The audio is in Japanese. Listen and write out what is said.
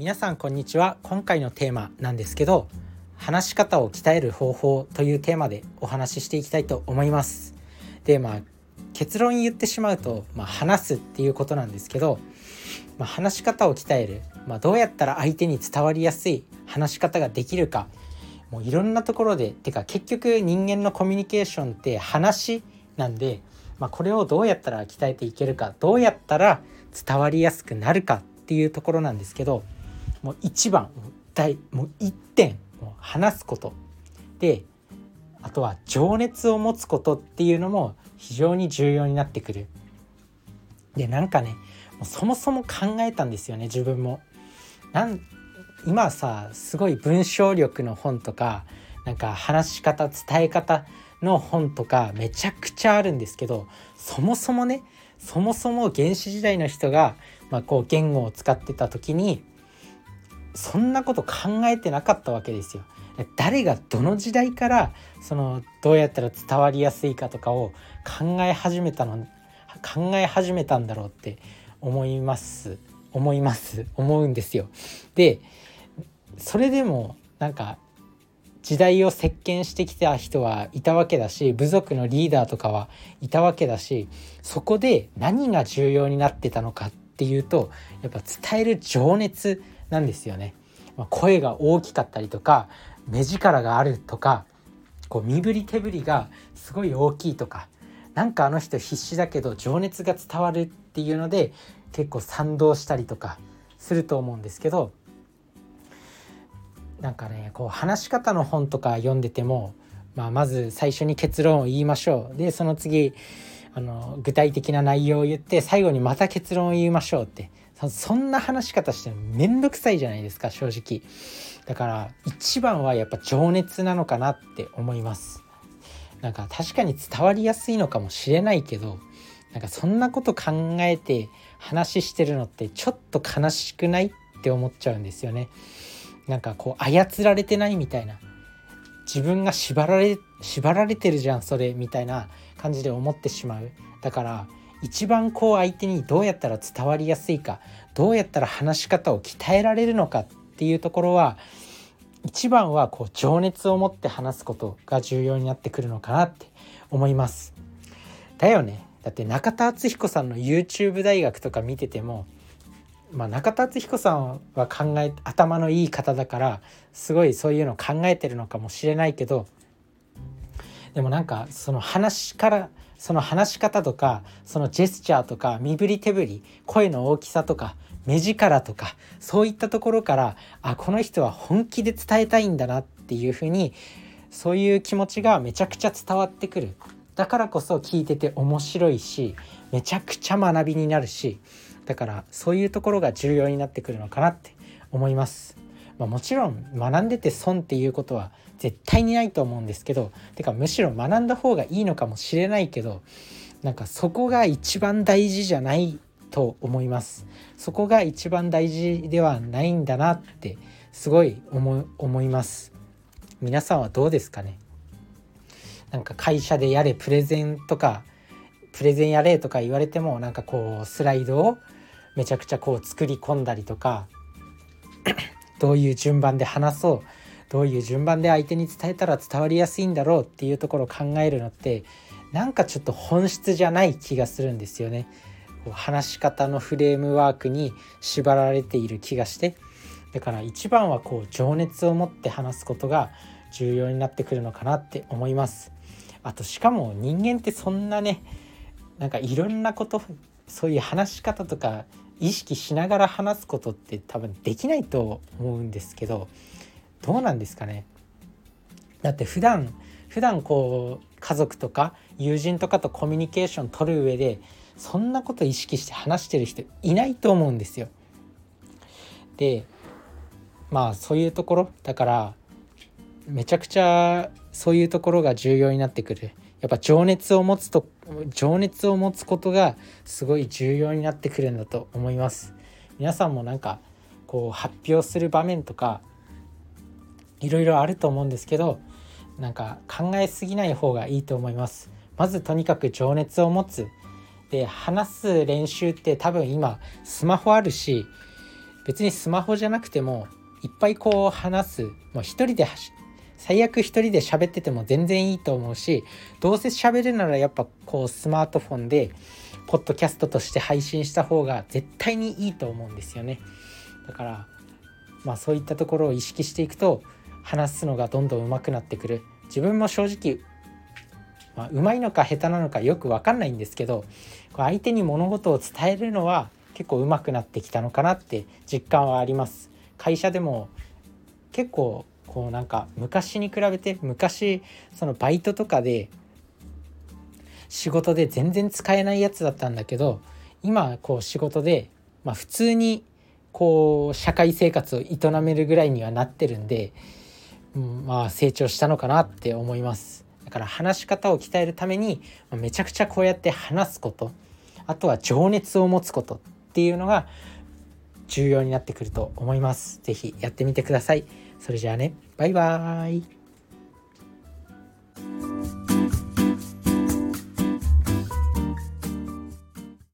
皆さんこんにちは。今回のテーマなんですけど、話し方を鍛える方法というテーマでお話ししていきたいと思います。で、結論言ってしまうと、話すっていうことなんですけど、話し方を鍛える、どうやったら相手に伝わりやすい話し方ができるか、もういろんなところで、結局人間のコミュニケーションって話なんで、これをどうやったら鍛えていけるか、どうやったら伝わりやすくなるかっていうところなんですけど、もう一番もう一点、もう話すことで、あとは情熱を持つことっていうのも非常に重要になってくる。で、もうそもそも考えたんですよね、自分も。今さ、すごい文章力の本とか、話し方、伝え方の本とかめちゃくちゃあるんですけど、そもそも原始時代の人が、言語を使ってた時にそんなこと考えてなかったわけですよ。誰がどの時代からどうやったら伝わりやすいかとかを考え始めたんだろうって思うんですよ。で、それでも時代を席巻してきた人はいたわけだし、部族のリーダーとかはいたわけだし、そこで何が重要になってたのかっていうと、やっぱ伝える情熱なんですよね。声が大きかったりとか、目力があるとか、身振り手振りがすごい大きいとか、あの人必死だけど情熱が伝わるっていうので結構賛同したりとかすると思うんですけど、話し方の本とか読んでても、まず最初に結論を言いましょう。で、その次具体的な内容を言って、最後にまた結論を言いましょうって、そんな話し方してめんどくさいじゃないですか、正直。だから一番はやっぱ情熱なのかなって思います。確かに伝わりやすいのかもしれないけど、そんなこと考えて話してるのってちょっと悲しくないって思っちゃうんですよね。操られてないみたいな、自分が縛られてるじゃんそれみたいな感じで思ってしまう。だから一番相手にどうやったら伝わりやすいか、どうやったら話し方を鍛えられるのかっていうところは、一番は情熱を持って話すことが重要になってくるのかなって思います。だよね。だって中田敦彦さんの YouTube 大学とか見てても、中田敦彦さんは頭のいい方だからすごいそういうのを考えてるのかもしれないけど、でもその話し方とか、そのジェスチャーとか、身振り手振り、声の大きさとか、目力とか、そういったところから、この人は本気で伝えたいんだなっていうふうに、そういう気持ちがめちゃくちゃ伝わってくる。だからこそ聞いてて面白いし、めちゃくちゃ学びになるし、だからそういうところが重要になってくるのかなって思います。もちろん学んでて損っていうことは絶対にないと思うんですけど、むしろ学んだ方がいいのかもしれないけど、そこが一番大事じゃないと思います。そこが一番大事ではないんだなってすごい思います。皆さんはどうですかね。会社でプレゼンやれとか言われても、スライドをめちゃくちゃ作り込んだりとか、どういう順番で話そう、どういう順番で相手に伝えたら伝わりやすいんだろうっていうところを考えるのって、ちょっと本質じゃない気がするんですよね。話し方のフレームワークに縛られている気がして、だから一番は情熱を持って話すことが重要になってくるのかなって思います。あとしかも人間ってそんなね、いろんなこと、そういう話し方とか意識しながら話すことって多分できないと思うんですけど、どうなんですかね。だって普段家族とか友人とかとコミュニケーション取る上でそんなこと意識して話してる人いないと思うんですよ。で、そういうところだからめちゃくちゃそういうところが重要になってくる。やっぱ情熱を持つことがすごい重要になってくるんだと思います。皆さんも発表する場面とかいろいろあると思うんですけど、考えすぎない方がいいと思います。まずとにかく情熱を持つ。で、話す練習って多分今スマホあるし、 別にスマホじゃなくてもいっぱいこう話す、もう一人で最悪一人で喋ってても全然いいと思うし、どうせ喋るならやっぱこうスマートフォンでポッドキャストとして配信した方が絶対にいいと思うんですよね。だからそういったところを意識していくと話すのがどんどん上手くなってくる。自分も正直上手いのか下手なのかよく分かんないんですけど、相手に物事を伝えるのは結構上手くなってきたのかなって実感はあります。会社でも結構こうなんか昔に比べて、昔そのバイトとかで仕事で全然使えないやつだったんだけど、今こう仕事で普通にこう社会生活を営めるぐらいにはなってるんで、成長したのかなって思います。だから話し方を鍛えるためにめちゃくちゃこうやって話すこと、あとは情熱を持つことっていうのが重要になってくると思います。ぜひやってみてください。それじゃあね、バイバーイ。